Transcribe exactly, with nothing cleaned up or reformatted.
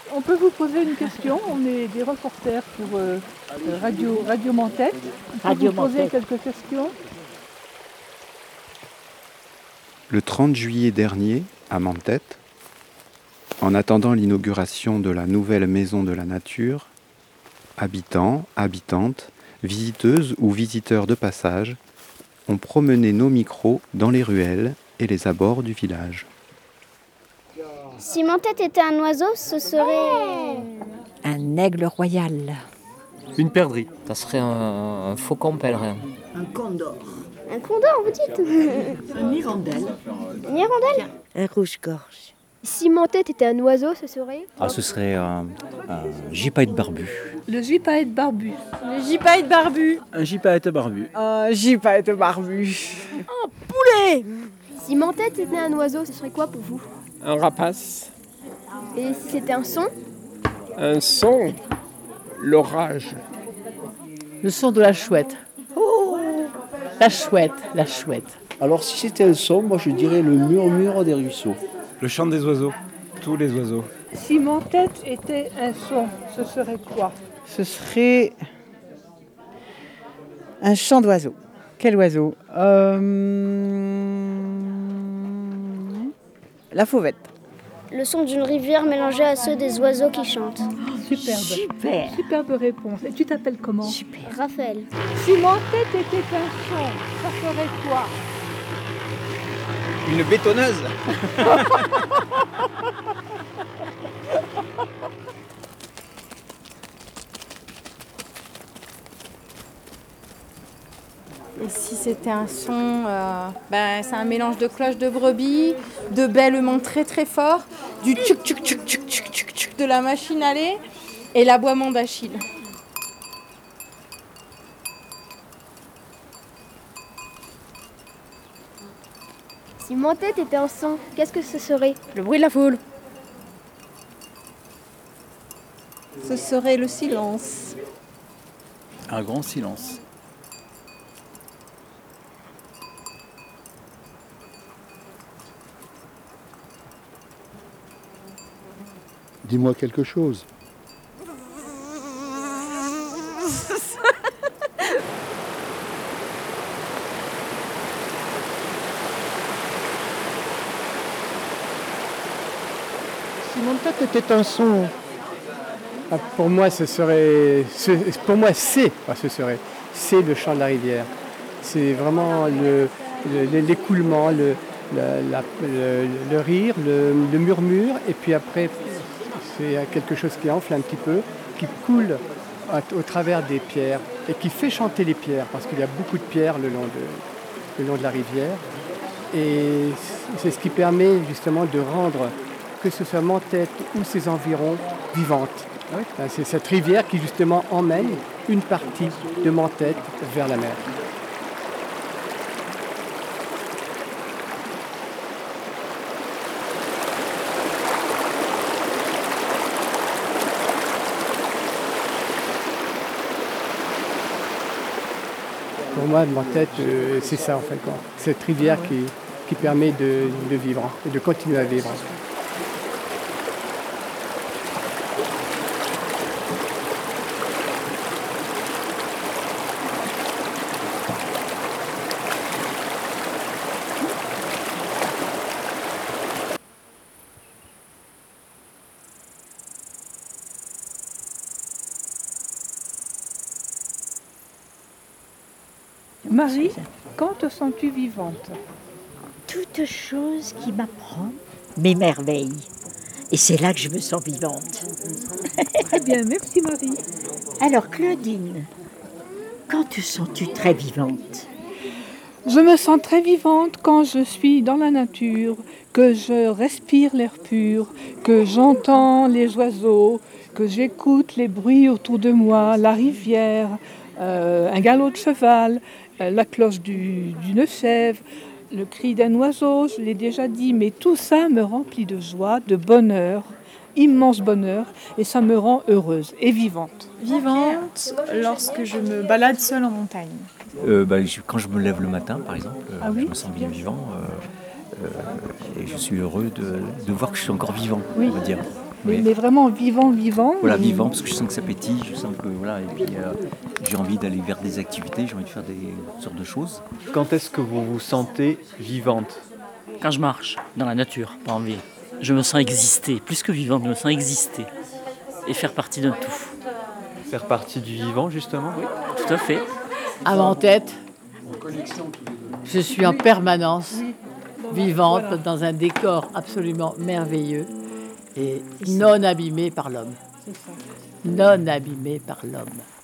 On peut vous poser une question? On est des reporters pour euh, Radio, Radio Mentet. On peut Radio vous poser Mentet. quelques questions? Le trente juillet dernier, à Mentet, en attendant l'inauguration de la nouvelle Maison de la Nature, habitants, habitantes, visiteuses ou visiteurs de passage ont promené nos micros dans les ruelles et les abords du village. Si Mentet était un oiseau, ce serait... Un aigle royal. Une perdrix. Ça serait un, un faucon pèlerin. Un condor. Un condor, vous dites? Un hirondelle. Une hirondelle? Un rouge-gorge. Si Mentet était un oiseau, ce serait... Ah, ce serait un, un gypaète barbu. Le gypaète barbu. Le gypaète barbu. Un gypaète barbu. Un gypaète barbu. Si Mentet était un oiseau, ce serait quoi pour vous? Un rapace. Et si c'était un son? Un son. L'orage. Le son de la chouette. Oh, la chouette, la chouette. Alors si c'était un son, moi je dirais le murmure des ruisseaux. Le chant des oiseaux. Tous les oiseaux. Si Mentet était un son, ce serait quoi? Ce serait un chant d'oiseau. Quel oiseau? euh... La fauvette. Le son d'une rivière mélangé à ceux des oiseaux qui chantent. Superbe. Super. Superbe réponse. Et tu t'appelles comment? Super. Raphaël. Si Mentet était un son, ça serait quoi? Une bétonneuse. Et si c'était un son, euh, ben, c'est un mélange de cloches de brebis, de bêlements très très forts, du tchuc tchuc tchuc tchuc tchuc tchuc tchuc de la machine à lait et l'aboiement d'Achille. Si Mentet était un son, qu'est-ce que ce serait? Le bruit de la foule. Ce serait le silence. Un grand silence. Dis-moi quelque chose. Si Mentet était un son, ah, pour moi ce serait, ce, pour moi c'est, pas ce serait, c'est le chant de la rivière. C'est vraiment le, le- l'écoulement, le, la- la- le, le rire, le, le murmure, et puis après c'est quelque chose qui enfle un petit peu, qui coule à- au travers des pierres et qui fait chanter les pierres, parce qu'il y a beaucoup de pierres le long de, le long de la rivière. Et c'est ce qui permet justement de rendre, que ce soit Mentet ou ses environs, vivantes. C'est cette rivière qui justement emmène une partie de Mentet vers la mer. Pour moi, Mentet, euh, c'est ça en fait, quoi. Cette rivière qui, qui permet de, de vivre et de continuer à vivre. Marie, quand te sens-tu vivante? Toute chose qui m'apprend m'émerveille. Et c'est là que je me sens vivante. Très bien, merci Marie. Alors Claudine, quand te sens-tu très vivante? Je me sens très vivante quand je suis dans la nature, que je respire l'air pur, que j'entends les oiseaux, que j'écoute les bruits autour de moi, la rivière, euh, un galop de cheval, euh, la cloche du, d'une chèvre, le cri d'un oiseau, je l'ai déjà dit, mais tout ça me remplit de joie, de bonheur, immense bonheur, et ça me rend heureuse et vivante. Vivante lorsque je me balade seule en montagne. Euh, bah, je- quand je me lève le matin, par exemple, euh, Ah oui, je me sens bien vivant. euh, euh, et je suis heureux de, de voir que je suis encore vivant, Oui. on va dire. Mais, Oui. mais vraiment vivant, vivant. Voilà, ou- vivant, parce que je sens que ça pétille, je sens que voilà, et puis euh, j'ai envie d'aller vers des activités, j'ai envie de faire des sortes de choses. Quand est-ce que vous vous sentez vivante? Quand je marche dans la nature, pas en ville, je me sens exister. Plus que vivante, je me sens exister. Et faire partie d'un tout. Faire partie du vivant, justement? Oui, tout à fait. À mon tête, je suis en permanence vivante dans un décor absolument merveilleux et non abîmé par l'homme. Non abîmé par l'homme.